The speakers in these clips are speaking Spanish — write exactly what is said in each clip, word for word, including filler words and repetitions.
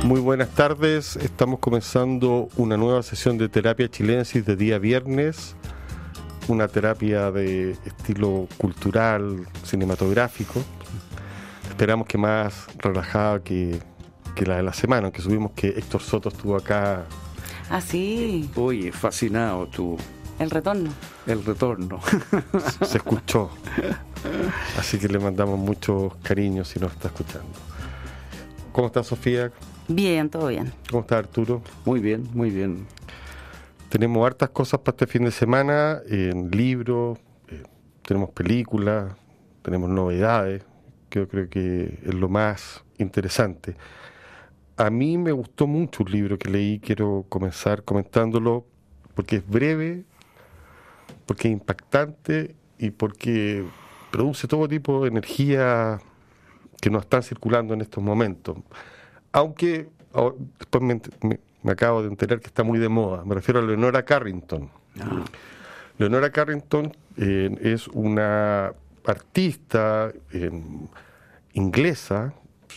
Muy buenas tardes, estamos comenzando una nueva sesión de terapia chilensis de día viernes, una terapia de estilo cultural, cinematográfico. Esperamos que más relajada que, que la de la semana, aunque subimos que Héctor Soto estuvo acá. Ah, sí. Oye, fascinado tú. El retorno. El retorno. Se escuchó. Así que le mandamos muchos cariños si nos está escuchando. ¿Cómo está Sofía? Bien, todo bien. ¿Cómo está Arturo? Muy bien, muy bien. Tenemos hartas cosas para este fin de semana, en libros, eh, tenemos películas, tenemos novedades, que yo creo que es lo más interesante. A mí me gustó mucho un libro que leí, quiero comenzar comentándolo, porque es breve, porque es impactante y porque produce todo tipo de energía que nos están circulando en estos momentos. Aunque ahora, después me, me, me acabo de enterar que está muy de moda. Me refiero a Leonora Carrington. Ah. Leonora Carrington eh, es una artista eh, inglesa,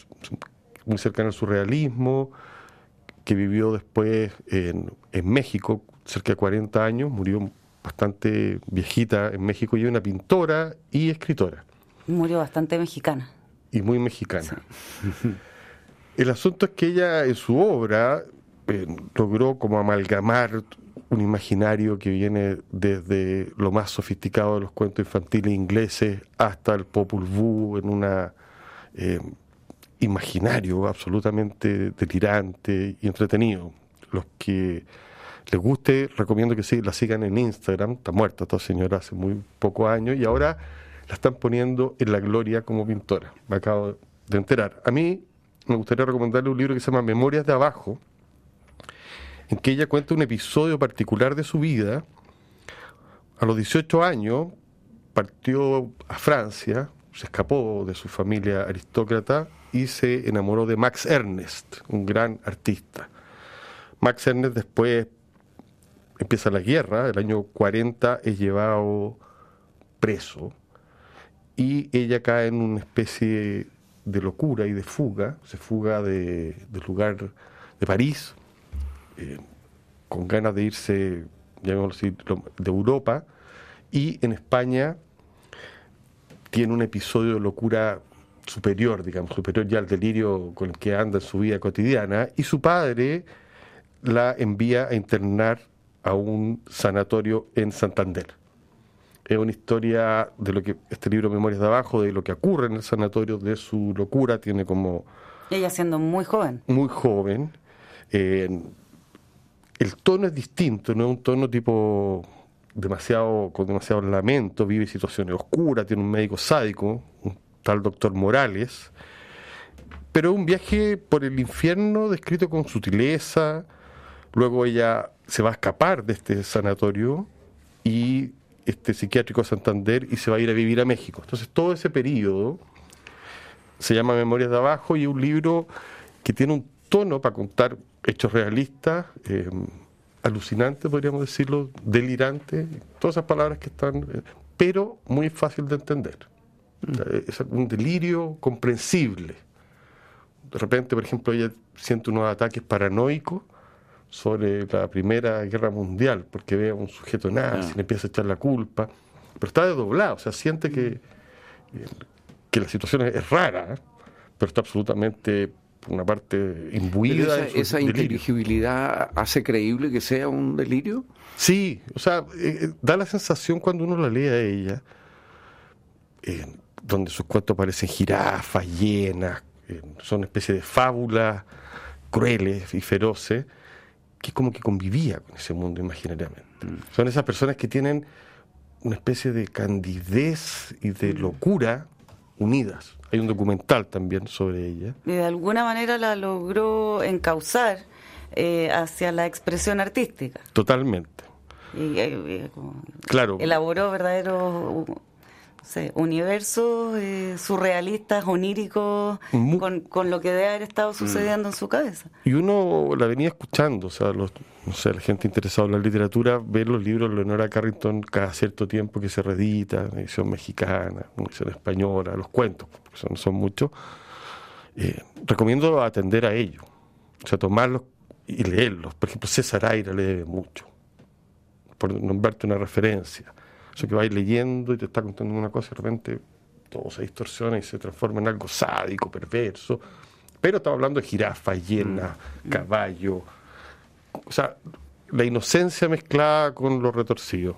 muy cercana al surrealismo, que vivió después en, en México, cerca de cuarenta años, murió bastante viejita en México, y es una pintora y escritora. Murió bastante mexicana. Y muy mexicana. Sí. El asunto es que ella en su obra eh, logró como amalgamar un imaginario que viene desde lo más sofisticado de los cuentos infantiles ingleses hasta el Popol Vuh en un eh, imaginario absolutamente delirante y entretenido. Los que les guste, recomiendo que sí, la sigan en Instagram. Está muerta esta señora hace muy pocos años y ahora la están poniendo en la gloria como pintora. Me acabo de enterar. A mí me gustaría recomendarle un libro que se llama Memorias de Abajo, en que ella cuenta un episodio particular de su vida. A los dieciocho años partió a Francia, se escapó de su familia aristócrata y se enamoró de Max Ernst, un gran artista. Max Ernst después empieza la guerra, el año cuarenta es llevado preso y ella cae en una especie de locura y de fuga, se fuga de, del lugar de París, eh, con ganas de irse, llamémoslo así, de Europa, y en España tiene un episodio de locura superior, digamos, superior ya al delirio con el que anda en su vida cotidiana, y su padre la envía a internar a un sanatorio en Santander. Es una historia de lo que este libro Memorias de Abajo, de lo que ocurre en el sanatorio, de su locura. Tiene como... Ella siendo muy joven. Muy joven. Eh, el tono es distinto, no es un tono tipo demasiado con demasiado lamento, vive situaciones oscuras, tiene un médico sádico, un tal doctor Morales, pero es un viaje por el infierno descrito con sutileza. Luego ella se va a escapar de este sanatorio y este psiquiátrico Santander y se va a ir a vivir a México. Entonces todo ese periodo se llama Memorias de Abajo y es un libro que tiene un tono para contar hechos realistas, eh, alucinante, podríamos decirlo, delirante, todas esas palabras que están, eh, pero muy fácil de entender. Mm. O sea, es un delirio comprensible. De repente, por ejemplo, ella siente unos ataques paranoicos sobre la Primera Guerra Mundial, porque ve a un sujeto nazi, ah. le empieza a echar la culpa, pero está desdoblado, o sea, siente que, que la situación es rara, ¿eh? Pero está absolutamente, por una parte, imbuida. ¿Esa, esa inteligibilidad hace creíble que sea un delirio? Sí, o sea, eh, da la sensación cuando uno la lee a ella, eh, donde sus cuentos parecen jirafas, hienas, eh, son una especie de fábulas crueles y feroces, que como que convivía con ese mundo imaginariamente. Mm. Son esas personas que tienen una especie de candidez y de locura unidas. Hay un documental también sobre ella. Y de alguna manera la logró encauzar eh, hacia la expresión artística. Totalmente. Y, y, como claro. Elaboró verdaderos... No sé, universos eh, surrealistas, oníricos, Muy... con, con lo que debe haber estado sucediendo mm. en su cabeza. Y uno la venía escuchando, o sea, los, no sé, la gente interesada en la literatura ve los libros de Leonora Carrington cada cierto tiempo que se reeditan, una edición mexicana, una edición española, los cuentos, porque son, son muchos. Eh, recomiendo atender a ello. O sea, tomarlos y leerlos. Por ejemplo, César Aira le debe mucho, por nombrarte una referencia. O sea, que vais leyendo y te está contando una cosa y de repente todo se distorsiona y se transforma en algo sádico, perverso. Pero estamos hablando de jirafas, hienas, mm. caballo. O sea, la inocencia mezclada con lo retorcido.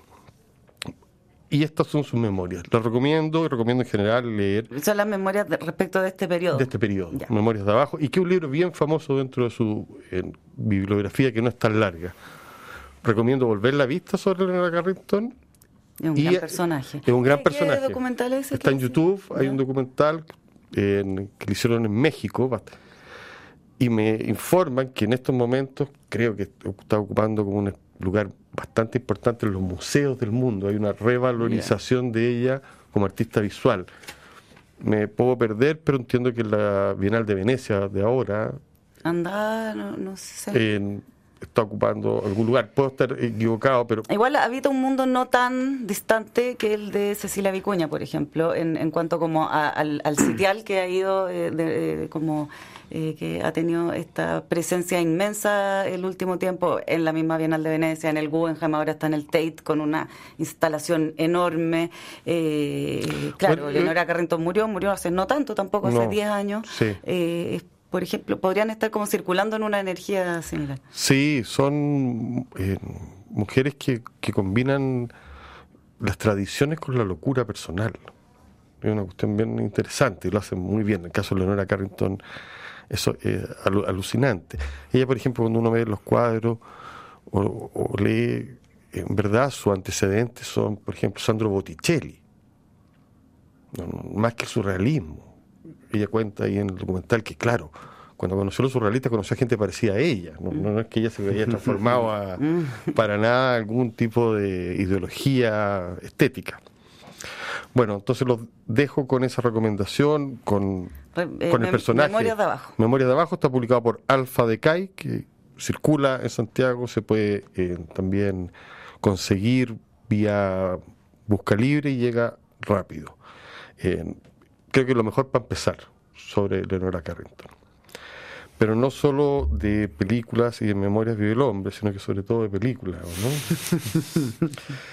Y estas son sus memorias. Las recomiendo y recomiendo en general leer. Son las memorias de, respecto de este periodo. De este periodo, ya. Memorias de abajo. Y que es un libro bien famoso dentro de su eh, bibliografía, que no es tan larga. Recomiendo Volver la vista sobre Leonora Carrington. Es un y gran es, personaje. Es un gran ¿Qué, personaje. ¿Qué documental es ese? Está en YouTube, hay ya. un documental eh, que le hicieron en México. Y me informan que en estos momentos, creo que está ocupando como un lugar bastante importante en los museos del mundo. Hay una revalorización yeah. de ella como artista visual. Me puedo perder, pero entiendo que la Bienal de Venecia de ahora anda, no, no sé eh, está ocupando algún lugar. Puedo estar equivocado, pero igual habita un mundo no tan distante que el de Cecilia Vicuña, por ejemplo, en, en cuanto como a, al, al sitial que ha ido eh, de, de, como Eh, que ha tenido esta presencia inmensa el último tiempo en la misma Bienal de Venecia, en el Guggenheim, ahora está en el Tate con una instalación enorme. Eh, claro, bueno, Leonora Carrington murió, murió hace no tanto, tampoco hace diez no, años. Sí. Eh, por ejemplo, podrían estar como circulando en una energía similar. Sí, son eh, mujeres que, que combinan las tradiciones con la locura personal. Es una cuestión bien interesante y lo hacen muy bien. En el caso de Leonora Carrington, eso es eh, alucinante. Ella, por ejemplo, cuando uno ve los cuadros o, o lee, en verdad sus antecedentes son, por ejemplo, Sandro Botticelli, no, no, más que el surrealismo. Ella cuenta ahí en el documental que, claro, cuando conoció a los surrealistas conoció a gente parecida a ella. No, no, no es que ella se había transformado a, para nada a algún tipo de ideología estética. Bueno, entonces los dejo con esa recomendación, con, eh, con el personaje. Memorias de Abajo. Memorias de Abajo está publicado por Alfa Decay, que circula en Santiago, se puede eh, también conseguir vía Busca Libre y llega rápido. Eh, creo que es lo mejor para empezar sobre Leonora Carrington. Pero no solo de películas y de memorias vive el hombre, sino que sobre todo de películas, ¿no?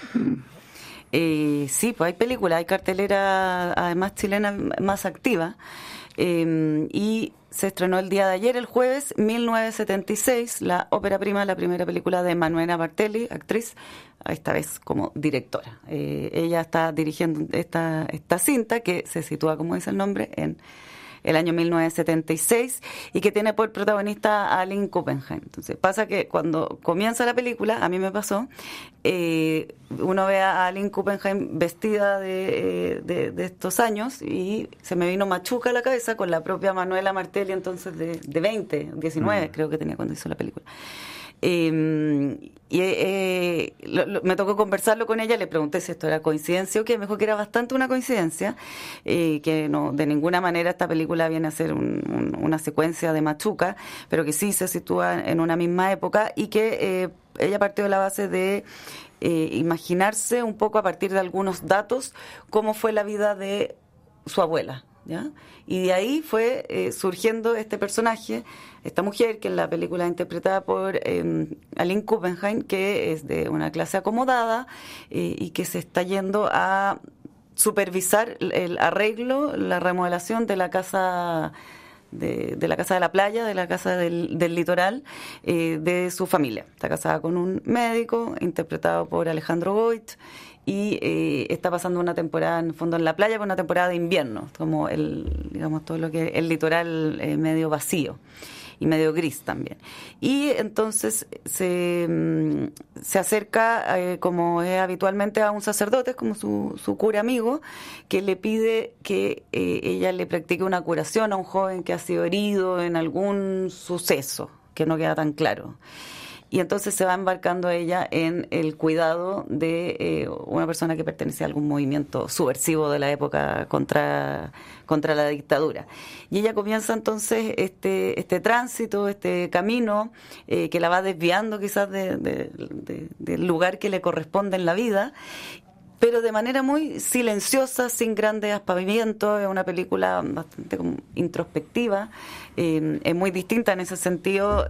Eh, sí, pues hay películas, hay cartelera además chilena más activa eh, y se estrenó el día de ayer, el jueves, mil novecientos setenta y seis, la ópera prima, la primera película de Manuela Bartelli, actriz, esta vez como directora. Eh, ella está dirigiendo esta, esta cinta que se sitúa, como dice el nombre, en el año mil novecientos setenta y seis y que tiene por protagonista a Aline Kuppenheim. Entonces pasa que cuando comienza la película, a mí me pasó, eh, uno ve a Aline Kuppenheim vestida de, de, de estos años y se me vino machuca a la cabeza con la propia Manuela Martelli, entonces de, de veinte, diecinueve mm. creo que tenía cuando hizo la película. Eh, y eh, lo, lo, me tocó conversarlo con ella, le pregunté si esto era coincidencia o qué, me dijo que era bastante una coincidencia, eh, que no de ninguna manera esta película viene a ser un, un, una secuencia de machuca, pero que sí se sitúa en una misma época y que eh, ella partió de la base de eh, imaginarse un poco a partir de algunos datos cómo fue la vida de su abuela, ¿ya? Y de ahí fue eh, surgiendo este personaje, esta mujer que en la película es interpretada por eh, Aline Kuppenheim, que es de una clase acomodada eh, y que se está yendo a supervisar el arreglo, la remodelación de la casa de, de la casa de la playa, de la casa del, del litoral, eh, de su familia. Está casada con un médico interpretado por Alejandro Goit y eh, está pasando una temporada en fondo en la playa, por una temporada de invierno, como el, digamos, todo lo que el litoral eh, medio vacío y medio gris también. Y entonces se, se acerca, eh, como es habitualmente, a un sacerdote, como su, su cura amigo, que le pide que eh, ella le practique una curación a un joven que ha sido herido en algún suceso, que no queda tan claro. Y entonces se va embarcando ella en el cuidado de eh, una persona que pertenece a algún movimiento subversivo de la época contra, contra la dictadura. Y ella comienza entonces este, este tránsito, este camino eh, que la va desviando quizás de, de, de, del lugar que le corresponde en la vida, pero de manera muy silenciosa, sin grandes aspavientos. Es una película bastante como introspectiva, eh, es muy distinta en ese sentido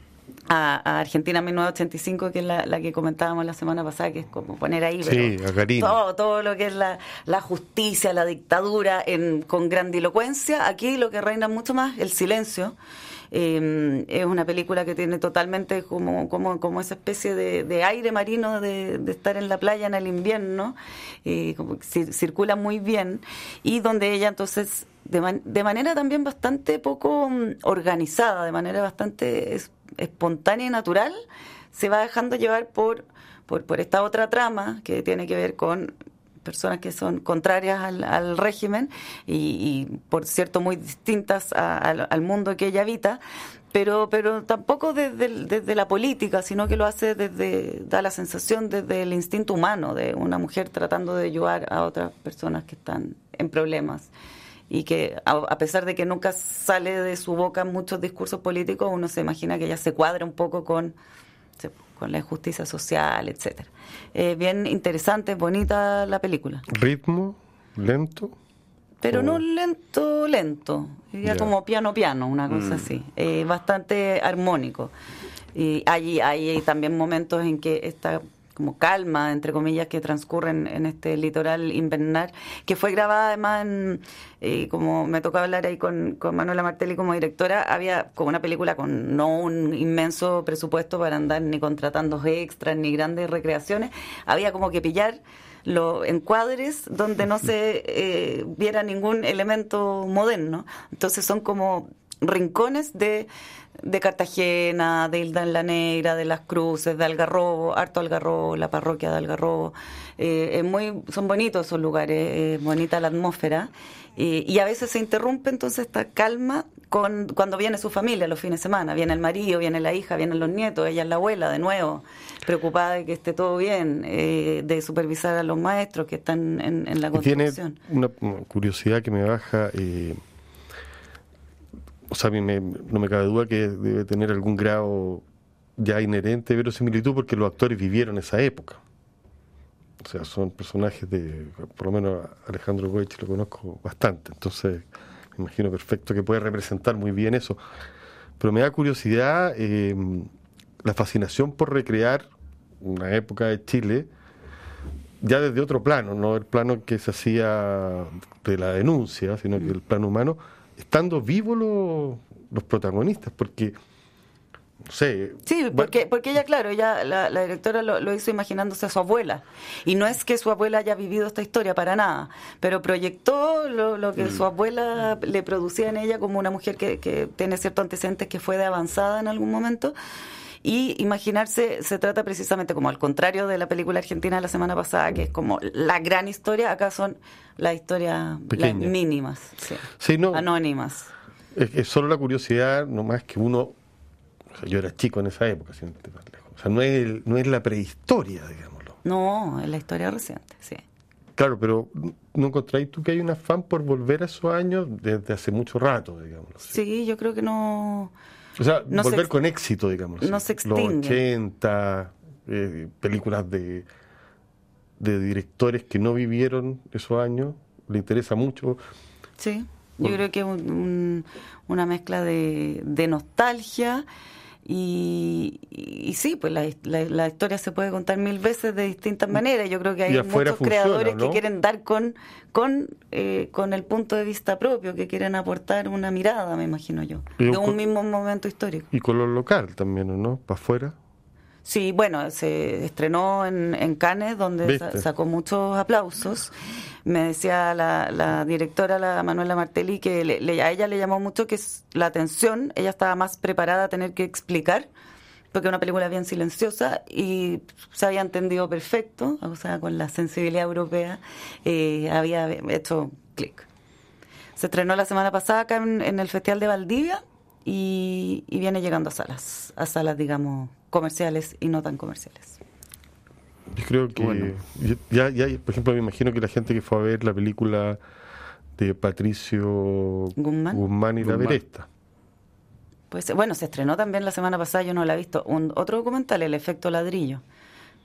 a, a Argentina mil novecientos ochenta y cinco, que es la, la que comentábamos la semana pasada, que es como poner ahí sí, pero todo, todo lo que es la, la justicia, la dictadura en, con grandilocuencia. Aquí lo que reina mucho más el silencio. Eh, es una película que tiene totalmente como, como, como esa especie de, de aire marino de, de estar en la playa en el invierno, eh, como que cir- circula muy bien, y donde ella entonces de, man- de manera también bastante poco mm, organizada, de manera bastante es- espontánea y natural, se va dejando llevar por, por, por esta otra trama que tiene que ver con personas que son contrarias al, al régimen y, y, por cierto, muy distintas a, a, al mundo que ella habita, pero pero tampoco desde, desde la política, sino que lo hace desde, da la sensación desde el instinto humano de una mujer tratando de ayudar a otras personas que están en problemas. Y que a, a pesar de que nunca sale de su boca muchos discursos políticos, uno se imagina que ella se cuadra un poco con... Se, con la injusticia social, etcétera. Eh, bien interesante, bonita la película. ¿Ritmo? ¿Lento? Pero o... no lento, lento. Diría yeah. como piano, piano, una cosa mm. así. Eh, bastante armónico. Y hay, hay también momentos en que esta como calma, entre comillas, que transcurren en este litoral invernal, que fue grabada además en, eh, como me tocó hablar ahí con, con Manuela Martelli como directora, había como una película con no un inmenso presupuesto para andar ni contratando extras ni grandes recreaciones, había como que pillar los encuadres donde no se eh, viera ningún elemento moderno, entonces son como rincones de de Cartagena, de Hilda en la Negra, de Las Cruces, de Algarrobo, harto Algarrobo, la parroquia de Algarrobo. Eh, es muy, son bonitos esos lugares, es bonita la atmósfera. Eh, y a veces se interrumpe entonces esta calma con cuando viene su familia los fines de semana. Viene el marido, viene la hija, vienen los nietos, ella es la abuela de nuevo, preocupada de que esté todo bien, eh, de supervisar a los maestros que están en, en la construcción. Tiene una, una curiosidad que me baja... Eh... O sea, a mí me, no me cabe duda que debe tener algún grado ya inherente de verosimilitud porque los actores vivieron esa época. O sea, son personajes de... Por lo menos Alejandro Goich lo conozco bastante, entonces me imagino perfecto que puede representar muy bien eso. Pero me da curiosidad eh, la fascinación por recrear una época de Chile ya desde otro plano, no el plano que se hacía de la denuncia, sino que el plano humano, estando vivos los, los protagonistas, porque, no sé... Sí, porque, porque ella, claro, ella la, la directora lo, lo hizo imaginándose a su abuela, y no es que su abuela haya vivido esta historia para nada, pero proyectó lo, lo que mm. su abuela le producía en ella como una mujer que, que tiene ciertos antecedentes, que fue de avanzada en algún momento. Y imaginarse, se trata precisamente como al contrario de la película argentina de la semana pasada, que es como la gran historia, acá son las historias las mínimas, sí, sí, no, anónimas. Es, es solo la curiosidad, no más que uno, o sea, yo era chico en esa época, sin ir más lejos. O sea, no es, el, no es la prehistoria, digámoslo. No, es la historia reciente, sí. Claro, pero ¿no encontráis tú que hay un afán por volver a esos años desde hace mucho rato, digámoslo? Sí, sí, yo creo que no... O sea, no volver se, con éxito, digamos. No se extingue. Los ochenta, eh, películas de, de directores que no vivieron esos años, le interesa mucho. Sí, yo creo que es un, un, una mezcla de, de nostalgia y, y, y sí, pues la, la, la historia se puede contar mil veces de distintas maneras. Yo creo que hay muchos funciona, creadores ¿no? que quieren dar con con eh, con el punto de vista propio, que quieren aportar una mirada, me imagino yo, de un con, mismo momento histórico. Y con lo local también, ¿no? ¿Para afuera? Sí, bueno, se estrenó en, en Cannes, donde sa- sacó muchos aplausos. Me decía la, la directora, la Manuela Martelli, que le, le, a ella le llamó mucho que la atención, ella estaba más preparada a tener que explicar, porque es una película bien silenciosa y se había entendido perfecto, o sea, con la sensibilidad europea, eh, había hecho clic. Se estrenó la semana pasada acá en, en el Festival de Valdivia y, y viene llegando a salas, a salas, digamos, comerciales y no tan comerciales. Yo creo que bueno. ya, ya, por ejemplo, me imagino que la gente que fue a ver la película de Patricio Guzmán, Guzmán y Guzmán. La Beresta. Pues bueno, se estrenó también la semana pasada, yo no la he visto, un otro documental, El efecto ladrillo,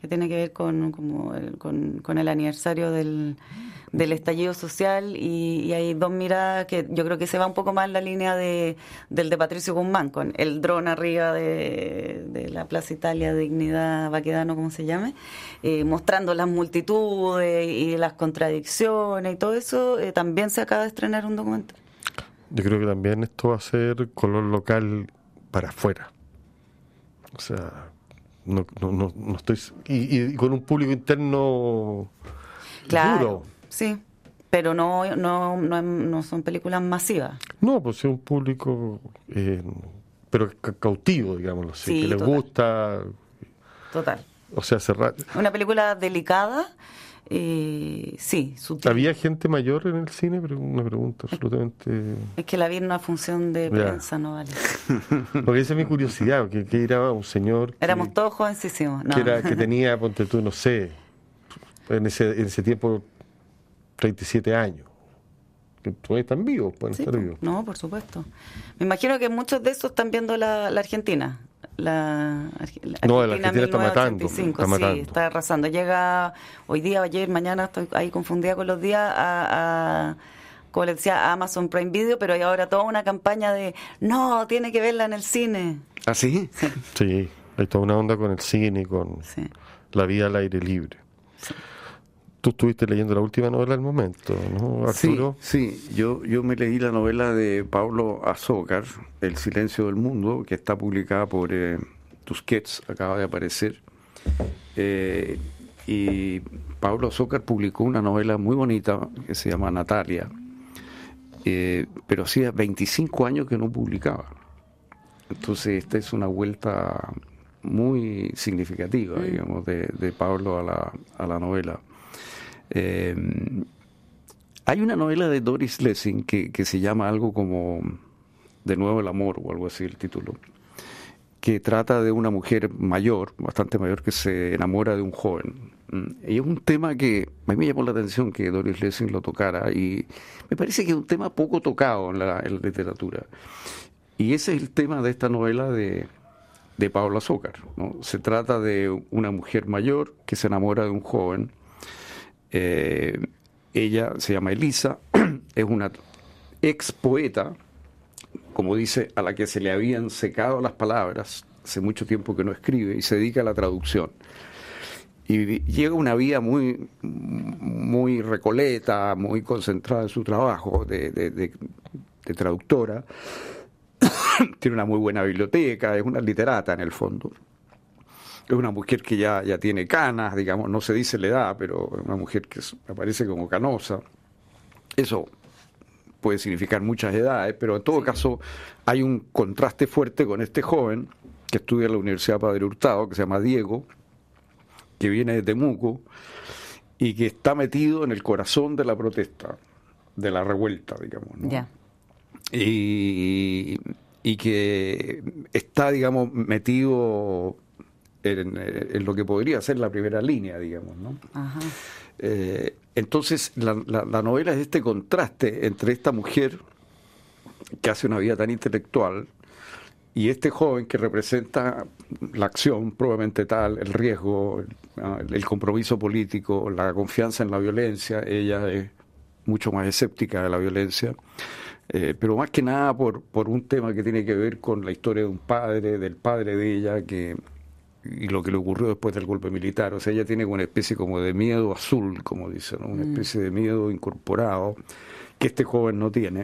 que tiene que ver con, como el, con, con el aniversario del, del estallido social, y, y hay dos miradas que yo creo que se va un poco más en la línea de del de Patricio Guzmán, con el dron arriba de, de la Plaza Italia, Dignidad, Baquedano, como se llame, eh, mostrando las multitudes y las contradicciones y todo eso. Eh, también se acaba de estrenar un documental. Yo creo que también esto va a ser color local para afuera. O sea, no, no, no, no estoy... Y, y con un público interno claro, duro. Sí, pero no, no, no, no son películas masivas. No, pues es un público, eh, pero ca- cautivo, digámoslo así, Sí, que les total. gusta. Total. O sea, cerrar. Una película delicada, eh, sí, sutil. ¿Había gente mayor en el cine? Pero una pregunta absolutamente... Es que la vi en una función de Ya. prensa, no vale. Porque esa es mi curiosidad, que, que era un señor que, Éramos todos jovencísimos. No. que, era, que tenía, ponte tú, no sé, en ese, en ese tiempo, treinta y siete años. Que todavía están vivos, pueden Sí, estar po. vivos. No, por supuesto. Me imagino que muchos de esos están viendo la, la Argentina. La, Arge- la No, la Argentina está matando, mil novecientos ochenta y cinco, está matando. Sí, está arrasando. Llega hoy día, ayer, mañana, estoy ahí confundida con los días, a, a como le decía, a Amazon Prime Video, pero hay ahora toda una campaña de no, tiene que verla en el cine. ¿Ah, sí? Sí, hay toda una onda con el cine y con Sí. la vida al aire libre. Sí. Tú estuviste leyendo la última novela del momento, ¿no, Arturo? Sí, sí. Yo, yo me leí la novela de Pablo Azócar, El silencio del mundo, que está publicada por eh, Tusquets, acaba de aparecer. Eh, y Pablo Azócar publicó una novela muy bonita que se llama Natalia, eh, pero hacía veinticinco años que no publicaba. Entonces esta es una vuelta muy significativa, Mm. digamos, de, de Pablo a la, a la novela. Eh, hay una novela de Doris Lessing que, que se llama algo como De nuevo el amor, o algo así el título, que trata de una mujer mayor, bastante mayor, que se enamora de un joven. Y es un tema que a mí me llamó la atención que Doris Lessing lo tocara, y me parece que es un tema poco tocado en la, en la literatura. Y ese es el tema de esta novela de, de Pablo Azócar, ¿no? Se trata de una mujer mayor que se enamora de un joven. Eh, ella se llama Elisa, es una ex poeta, como dice, a la que se le habían secado las palabras, hace mucho tiempo que no escribe, y se dedica a la traducción. Y llega una vida muy, muy recoleta, muy concentrada en su trabajo de, de, de, de traductora. Tiene una muy buena biblioteca, es una literata en el fondo. Es una mujer que ya, ya tiene canas, digamos, no se dice la edad, pero es una mujer que aparece como canosa. Eso puede significar muchas edades, pero en todo sí. caso hay un contraste fuerte con este joven que estudia en la Universidad Padre Hurtado, que se llama Diego, que viene de Temuco y que está metido en el corazón de la protesta, de la revuelta, digamos, ¿no? Yeah. Y, y que está, digamos, metido en, en lo que podría ser la primera línea, digamos, ¿no? Ajá. Eh, entonces, la, la, la novela es este contraste entre esta mujer que hace una vida tan intelectual y este joven que representa la acción probablemente tal, el riesgo, el, el compromiso político, la confianza en la violencia. Ella es mucho más escéptica de la violencia, eh, pero más que nada por, por un tema que tiene que ver con la historia de un padre, del padre de ella, que y lo que le ocurrió después del golpe militar. O sea, ella tiene una especie como de miedo azul, como dicen, ¿no? Una especie de miedo incorporado que este joven no tiene.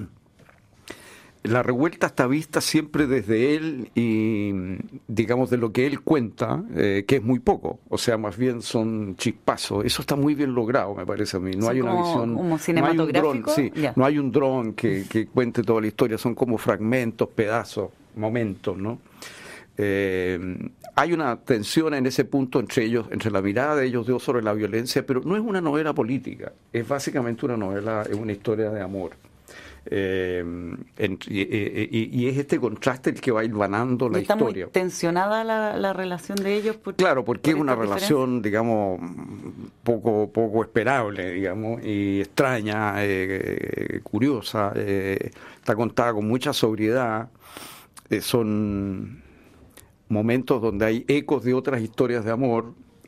La revuelta está vista siempre desde él y, digamos, de lo que él cuenta, eh, que es muy poco. O sea, más bien son chispazos. Eso está muy bien logrado, me parece a mí. No Son hay una como, visión... como cinematográfico. No hay un dron, sí, yeah. no hay un dron que, que cuente toda la historia. Son como fragmentos, pedazos, momentos, ¿no? Eh, hay una tensión en ese punto entre ellos, entre la mirada de ellos dos sobre la violencia, pero no es una novela política. Es básicamente una novela, es una historia de amor. Eh, en, y, y, y es este contraste el que va hilvanando la está historia. Muy tensionada la, la relación de ellos. Por, claro, porque por es una relación, digamos, poco poco esperable, digamos, y extraña, eh, curiosa. Eh, está contada con mucha sobriedad. Eh, son momentos donde hay ecos de otras historias de amor.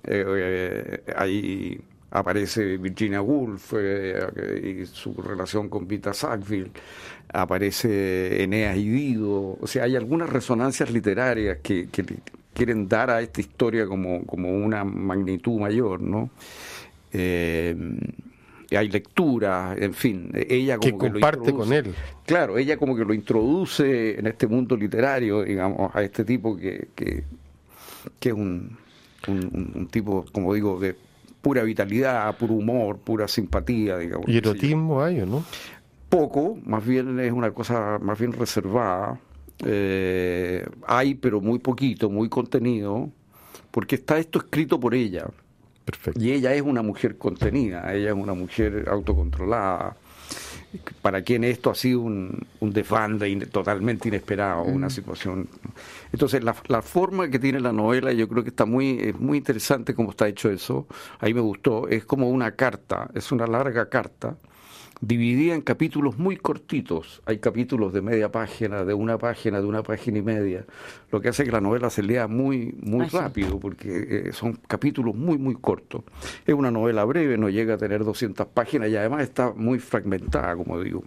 eh, eh, ahí aparece Virginia Woolf eh, y su relación con Vita Sackville, aparece Eneas y Dido, o sea, hay algunas resonancias literarias que, que quieren dar a esta historia como, como una magnitud mayor, ¿no? Eh, hay lectura, en fin, ella como que, que comparte lo con él. Claro, ella como que lo introduce en este mundo literario, digamos, a este tipo que, que, que es un, un, un tipo, como digo, de pura vitalidad, puro humor, pura simpatía, digamos. ¿Y erotismo hay o no? Poco, más bien es una cosa más bien reservada. Eh, hay, pero muy poquito, muy contenido, porque está esto escrito por ella. Perfecto. Y ella es una mujer contenida, ella es una mujer autocontrolada, para quien esto ha sido un, un desván in, totalmente inesperado, mm. una situación. Entonces, la, la forma que tiene la novela, yo creo que está muy, es muy interesante cómo está hecho eso, ahí me gustó, es como una carta, es una larga carta, dividida en capítulos muy cortitos. Hay capítulos de media página, de una página, de una página y media, lo que hace que la novela se lea muy muy Ay, rápido, porque eh, son capítulos muy, muy cortos. Es una novela breve, no llega a tener doscientas páginas y además está muy fragmentada, como digo.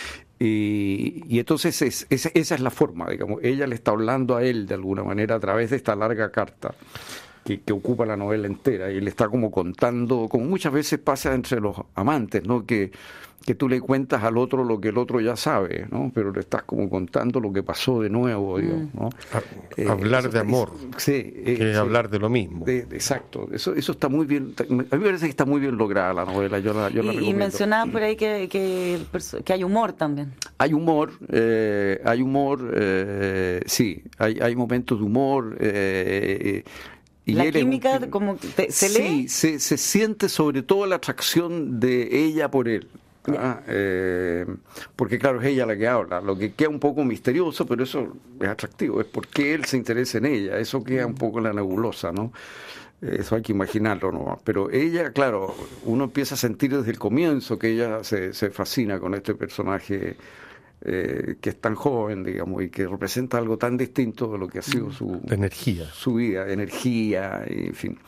Y, y entonces es, es, esa es la forma, digamos. Ella le está hablando a él de alguna manera a través de esta larga carta. Que, que ocupa la novela entera y le está como contando, como muchas veces pasa entre los amantes, ¿no? Que, que tú le cuentas al otro lo que el otro ya sabe, ¿no? Pero le estás como contando lo que pasó de nuevo, digamos, ¿no? A, hablar eh, de amor, es, sí, eh, que es sí, hablar de lo mismo. De, de, exacto, eso eso está muy bien, a mí me parece que está muy bien lograda la novela, yo la, yo la y, recomiendo. Y mencionaba por ahí que, que, que hay humor también. Hay humor, eh, hay humor, eh, sí, hay, hay momentos de humor, eh, y la química, un, como te, ¿se lee? Sí, se, se siente sobre todo la atracción de ella por él. ¿Ah? Eh, porque claro, es ella la que habla, lo que queda un poco misterioso, pero eso es atractivo, es porque él se interesa en ella, eso queda un poco en la nebulosa, ¿no? Eso hay que imaginarlo, ¿no? Pero ella, claro, uno empieza a sentir desde el comienzo que ella se, se fascina con este personaje Eh, que es tan joven, digamos, y que representa algo tan distinto de lo que ha sido su energía, su vida, energía, y, en fin.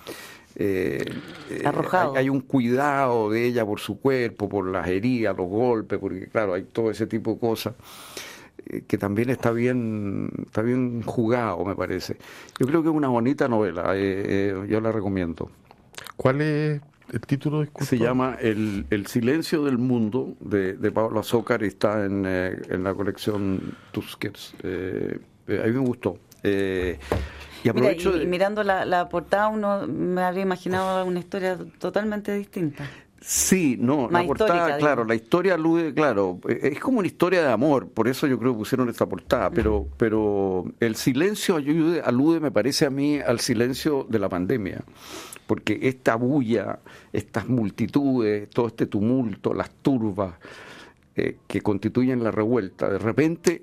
Eh, Arrojado. Hay, hay un cuidado de ella por su cuerpo, por las heridas, los golpes, porque claro, hay todo ese tipo de cosas eh, que también está bien, está bien jugado, me parece. Yo creo que es una bonita novela, eh, eh, yo la recomiendo. ¿Cuál es el título? Disculpa. Se llama El, el silencio del mundo, de, de Pablo Azócar, y está en, eh, en la colección Tusquets. Eh, eh, a mí me gustó. Eh, y aprovecho Mira, y, de... mirando la, la portada, uno me habría imaginado una historia totalmente distinta. Sí, no, Más la portada, histórica, claro, digamos. La historia alude, claro, es como una historia de amor, por eso yo creo que pusieron esta portada, pero, pero el silencio alude, alude, me parece a mí, al silencio de la pandemia. Porque esta bulla, estas multitudes, todo este tumulto, las turbas eh, que constituyen la revuelta, de repente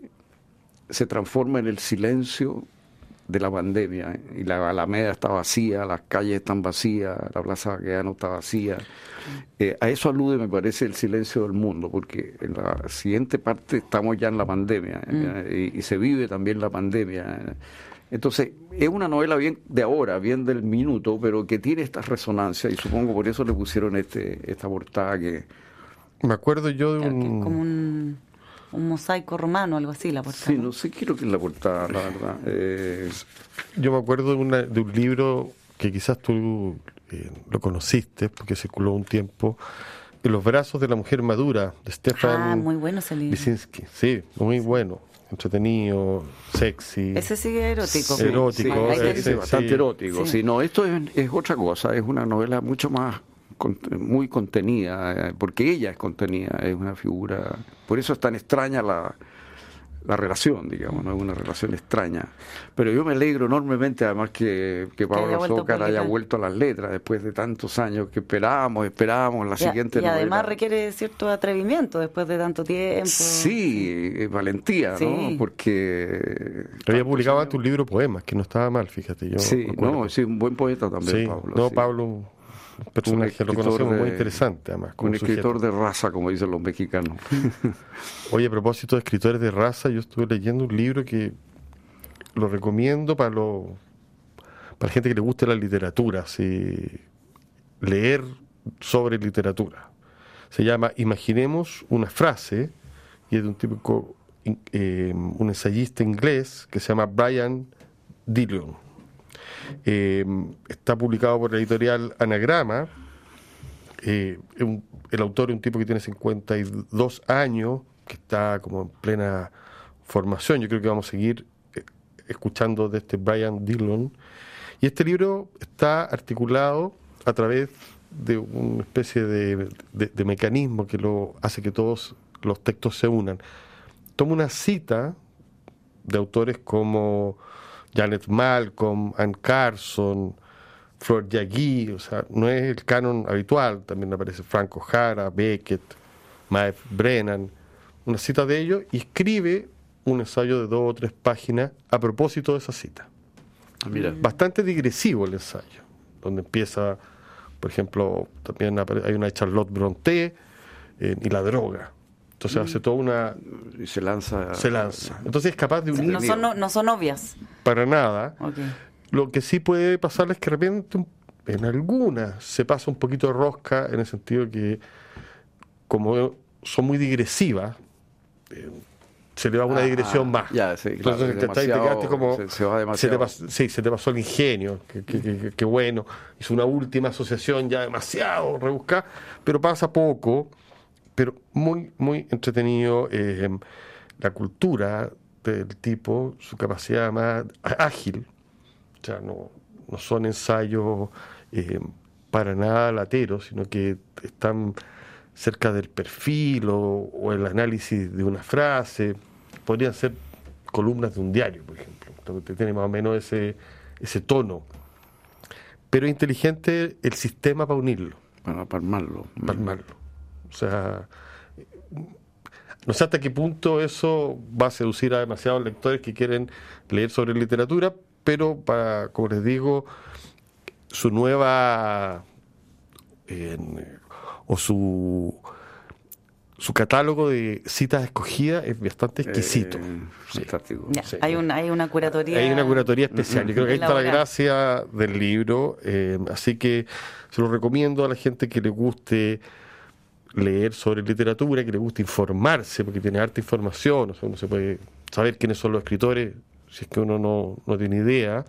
se transforma en el silencio de la pandemia, ¿eh? Y la Alameda está vacía, las calles están vacías, la Plaza Baquedano está vacía. Eh, a eso alude, me parece, el silencio del mundo, porque en la siguiente parte estamos ya en la pandemia, ¿eh? mm. y, y se vive también la pandemia, ¿eh? Entonces, es una novela bien de ahora, bien del minuto, pero que tiene estas resonancias, y supongo por eso le pusieron este esta portada que... Me acuerdo yo de Claro, un... que es como un, un mosaico romano, algo así, la portada. Sí, no sé qué es lo que es la portada, la verdad. Eh... Yo me acuerdo de, una, de un libro que quizás tú eh, lo conociste, porque circuló un tiempo, En los brazos de la mujer madura, de Stefan Ah, muy bueno ese libro. Lisinski. Sí, muy bueno. Entretenido, sexy. Ese sí es erótico. Sí, erótico, sí, eh, sí, sí, bastante sí. erótico. Sí. Sí, no, esto es, es otra cosa, es una novela mucho más, con- muy contenida, eh, porque ella es contenida, es una figura. Por eso es tan extraña la, la relación, digamos, no es una relación extraña. Pero yo me alegro enormemente, además, que, que haya Pablo vuelto a Azócar haya publicar. vuelto a las letras después de tantos años que esperábamos, esperábamos la Y, a- siguiente y novela. además requiere cierto atrevimiento después de tanto tiempo. Sí, eh, valentía, Sí. ¿no? Porque... Había publicado antes un libro de poemas, que no estaba mal, fíjate. Yo Sí, me acuerdo. no, sí, un buen poeta también, Sí, Pablo. no, sí. Pablo, un personaje, lo escritor conocemos, muy de- interesante, además. como Un escritor sujeto. de raza, como dicen los mexicanos. Oye, a propósito de escritores de raza, yo estuve leyendo un libro que lo recomiendo para los para la gente que le guste la literatura, ¿sí? Leer sobre literatura. Se llama Imaginemos una frase, y es de un típico, eh, un ensayista inglés que se llama Brian Dillon. Eh, está publicado por la editorial Anagrama. Eh, un, el autor es un tipo que tiene cincuenta y dos años, que está como en plena formación. Yo creo que vamos a seguir eh, escuchando de este Brian Dillon. Y este libro está articulado a través de una especie de, de, de mecanismo que lo hace que todos los textos se unan. Toma una cita de autores como Janet Malcolm, Anne Carson, Flor Yagui, o sea, no es el canon habitual, también aparece Frank O'Hara, Beckett, Maeve Brennan, una cita de ellos, y escribe un ensayo de dos o tres páginas a propósito de esa cita. Mira. Bastante digresivo el ensayo, donde empieza, por ejemplo, también hay una de Charlotte Brontë eh, y la droga. Entonces mm. hace toda una... Y se lanza... Se lanza. Entonces es capaz de unir... No son, no, no son obvias. Para nada. Okay. Lo que sí puede pasarles es que de repente, en algunas, se pasa un poquito de rosca, en el sentido que, como son muy digresivas, eh, se le va una ah, digresión más. Ya, sí, claro, entonces te, te quedaste como... Se, se va demasiado. Se te pasó, sí, se te pasó el ingenio, que, que, que, que bueno. Hizo una última asociación ya demasiado rebuscada, pero pasa poco, pero muy, muy entretenido. Eh, la cultura del tipo, su capacidad más ágil. O sea, no, no son ensayos eh, para nada lateros, sino que están cerca del perfil o, o el análisis de una frase. Podrían ser columnas de un diario, por ejemplo. Entonces, tiene más o menos ese, ese tono. Pero es inteligente el sistema para unirlo. Para palmarlo. Para palmarlo. O sea, no sé hasta qué punto eso va a seducir a demasiados lectores que quieren leer sobre literatura, pero para, como les digo, su nueva eh, o su su catálogo de citas escogidas es bastante exquisito. Eh, sí. Ya, sí. Hay una hay una curatoría. Hay una curatoría especial. Yo creo que ahí está la elaborada. gracia del libro. Eh, así que se lo recomiendo a la gente que le guste leer sobre literatura, que le guste informarse, porque tiene harta información. O sea, uno se puede saber quiénes son los escritores si es que uno no, no tiene idea.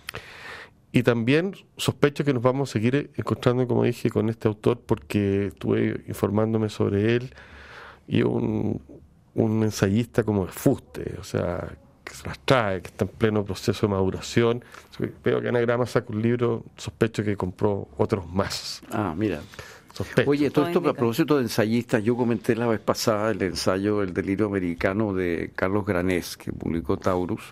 Y también sospecho que nos vamos a seguir encontrando, como dije, con este autor, porque estuve informándome sobre él, y un, un ensayista como de fuste, o sea, que se las trae, que está en pleno proceso de maduración. Veo que Anagrama saca un libro, sospecho que compró otros más. Ah, mira. Sospecho. Oye, todo esto a propósito de ensayistas, yo comenté la vez pasada el ensayo El delirio americano de Carlos Granés, que publicó Taurus,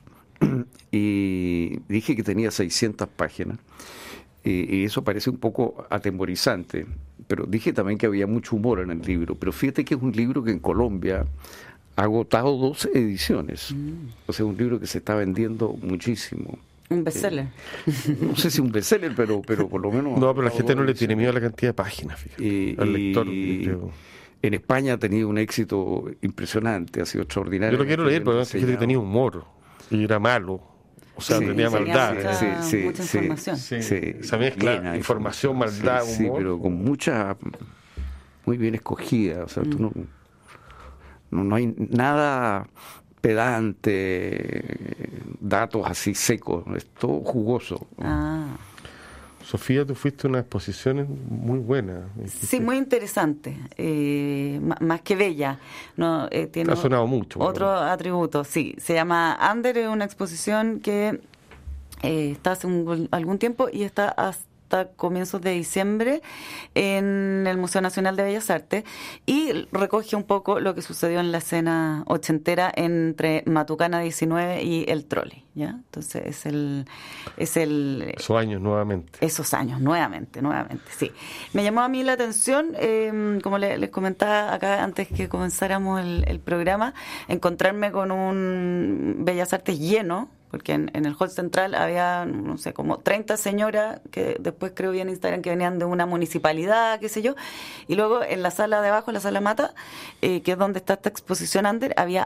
y dije que tenía seiscientas páginas, y, y eso parece un poco atemorizante, pero dije también que había mucho humor en el libro. Pero fíjate que es un libro que en Colombia ha agotado doce ediciones, mm. o sea, un libro que se está vendiendo muchísimo. Un bestseller. Eh, no sé si un bestseller, pero, pero por lo menos... No, pero la gente no le tiene miedo a la cantidad de páginas, fíjate. Y, al lector. Y, creo. En España ha tenido un éxito impresionante, ha sido extraordinario. Yo lo quiero leer, pero fíjate que tenía humor y era malo. O sea, sí, tenía maldad. Mucha, sí, sí, mucha sí, información. Sí, sí, esa mezcla, llena, información, maldad, sí, humor. Sí, pero con mucha, muy bien escogida. O sea, mm. tú no, no, no hay nada pedante, datos así secos, es todo jugoso. Ah. Sofía, tú fuiste a una exposición muy buena. Sí, muy interesante, eh, más que bella. No, eh, tiene ha sonado mucho. Otro bueno. atributo, sí. Se llama Under, es una exposición que eh, está hace un, algún tiempo y está hasta comienzos de diciembre en el Museo Nacional de Bellas Artes, y recoge un poco lo que sucedió en la escena ochentera entre Matucana diecinueve y El Trole, ¿ya? Entonces es el es el esos años nuevamente. Esos años nuevamente, nuevamente, sí. Me llamó a mí la atención, eh, como le, les comentaba acá antes que comenzáramos el, el programa, encontrarme con un Bellas Artes lleno, porque en, en el hall central había, no sé, como treinta señoras que después creo vi en Instagram que venían de una municipalidad, qué sé yo, y luego en la sala de abajo, en la sala Mata, eh, que es donde está esta exposición Under, había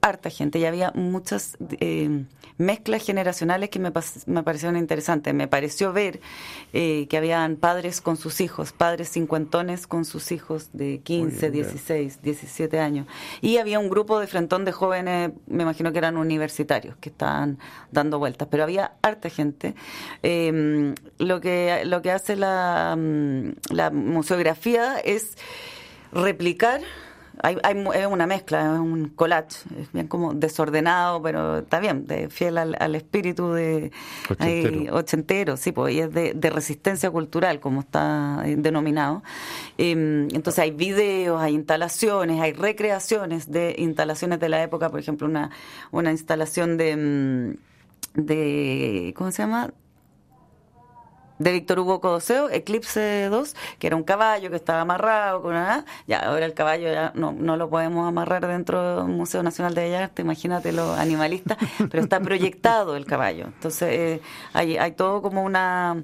harta gente y había muchas eh, mezclas generacionales que me, me parecieron interesantes. Me pareció ver eh, que habían padres con sus hijos, padres cincuentones con sus hijos de quince, dieciséis, diecisiete años. Y había un grupo de frentón de jóvenes, me imagino que eran universitarios, que estaban dando vueltas, pero había harta gente. Eh, lo que lo que hace la, la museografía es replicar. Hay, hay, es una mezcla, es un collage, es bien como desordenado, pero está bien, de, fiel al, al espíritu de ochentero, hay, ochentero sí, pues, y es de, de resistencia cultural, como está eh, denominado. Eh, entonces hay videos, hay instalaciones, hay recreaciones de instalaciones de la época, por ejemplo, una, una instalación de, de, ¿cómo se llama?, de Víctor Hugo Codoseo, Eclipse dos, que era un caballo que estaba amarrado con una... Ya, ahora el caballo ya no, no lo podemos amarrar dentro del Museo Nacional de Bellas Artes, imagínate los animalistas, pero está proyectado el caballo. Entonces eh, hay, hay todo como una,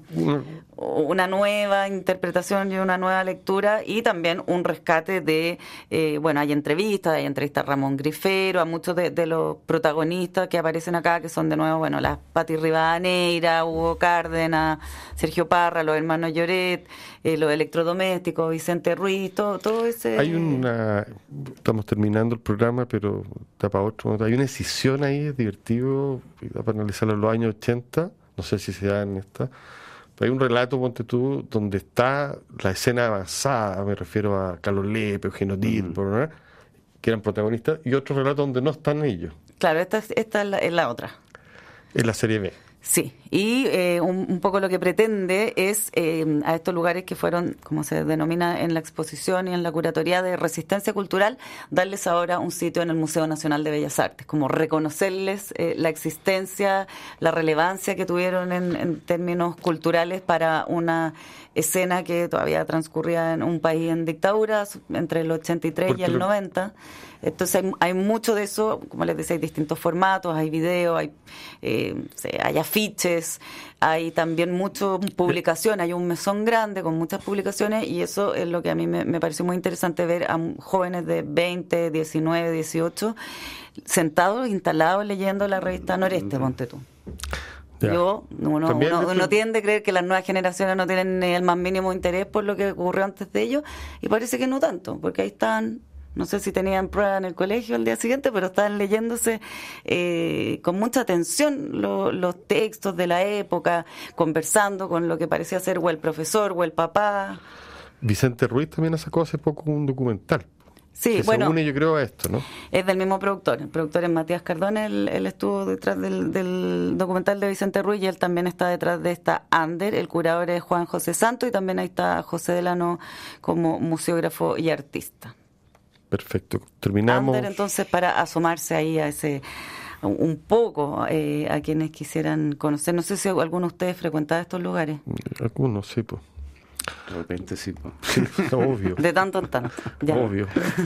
una nueva interpretación y una nueva lectura, y también un rescate de... Eh, bueno, hay entrevistas, hay entrevistas a Ramón Grifero, a muchos de, de los protagonistas que aparecen acá, que son de nuevo, bueno, las Pati Rivadeneira, Hugo Cárdenas, Sergio Parra, los hermanos Lloret, eh, los electrodomésticos, Vicente Ruiz, todo, todo ese... Hay una... Estamos terminando el programa, pero da para otro. Hay una escisión ahí, es divertido, da para analizarlo en los años ochenta, no sé si se da en esta, pero hay un relato, ponte tú, donde está la escena avanzada, me refiero a Carlos Lepe, Eugenio Did, uh-huh. ¿no? que eran protagonistas, y otro relato donde no están ellos. Claro, esta, esta es, la, es la otra. Es la serie B. Sí, y eh, un, un poco lo que pretende es eh, a estos lugares que fueron, como se denomina en la exposición y en la curatoría de resistencia cultural, darles ahora un sitio en el Museo Nacional de Bellas Artes, como reconocerles eh, la existencia, la relevancia que tuvieron en, en términos culturales para una escena que todavía transcurría en un país en dictadura, entre el ochenta y tres Porque y el noventa. Entonces hay, hay mucho de eso, como les decía, hay distintos formatos, hay videos, hay, eh, hay afiches, hay también mucha publicación, hay un mesón grande con muchas publicaciones, y eso es lo que a mí me, me pareció muy interesante ver a jóvenes de veinte, diecinueve, dieciocho sentados, instalados leyendo la revista Noreste, ponte tú. Ya. Yo, uno, uno, uno tiende a creer que las nuevas generaciones no tienen el más mínimo interés por lo que ocurrió antes de ellos, y parece que no tanto, porque ahí están... No sé si tenían prueba en el colegio al día siguiente, pero estaban leyéndose eh, con mucha atención lo, los textos de la época, conversando con lo que parecía ser o el profesor o el papá. Vicente Ruiz también sacó hace poco un documental. Sí, que bueno, se une, yo creo, a esto, ¿no? Es del mismo productor. El productor es Matías Cardona, él, él estuvo detrás del, del documental de Vicente Ruiz, y él también está detrás de esta Ander. El curador es Juan José Santo, y también ahí está José Delano como museógrafo y artista. Perfecto, terminamos. Ander, entonces, para asomarse ahí a ese, un poco eh, a quienes quisieran conocer. No sé si alguno de ustedes frecuentaba estos lugares. Algunos, sí, pues. De repente sí, pues. Sí, obvio. De tanto en tanto. Ya. Obvio.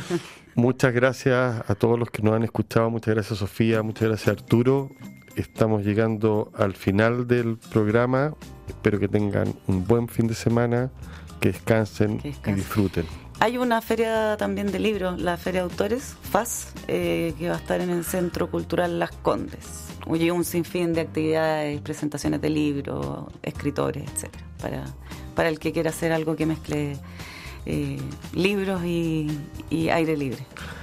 Muchas gracias a todos los que nos han escuchado. Muchas gracias, Sofía. Muchas gracias, Arturo. Estamos llegando al final del programa. Espero que tengan un buen fin de semana, que descansen, que descansen. y disfruten. Hay una feria también de libros, la Feria de Autores, F A S, eh, que va a estar en el Centro Cultural Las Condes. Y un sinfín de actividades, presentaciones de libros, escritores, etcétera, para, para el que quiera hacer algo que mezcle eh, libros y, y aire libre.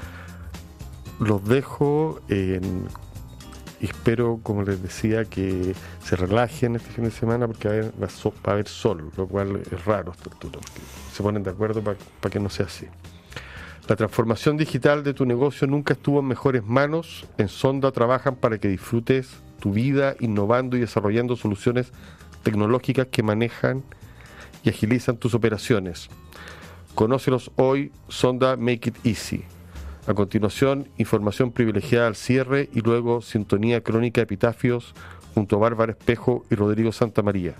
Los dejo en... Espero, como les decía, que se relajen este fin de semana, porque va a haber, va a haber sol, lo cual es raro a esta altura, porque se ponen de acuerdo para pa que no sea así. La transformación digital de tu negocio nunca estuvo en mejores manos. En Sonda trabajan para que disfrutes tu vida innovando y desarrollando soluciones tecnológicas que manejan y agilizan tus operaciones. Conócelos hoy, Sonda Make It Easy. A continuación, información privilegiada al cierre, y luego sintonía crónica de epitafios junto a Bárbara Espejo y Rodrigo Santamaría.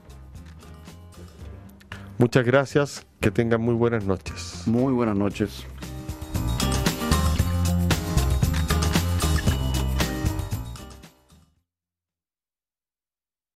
Muchas gracias, que tengan muy buenas noches. Muy buenas noches.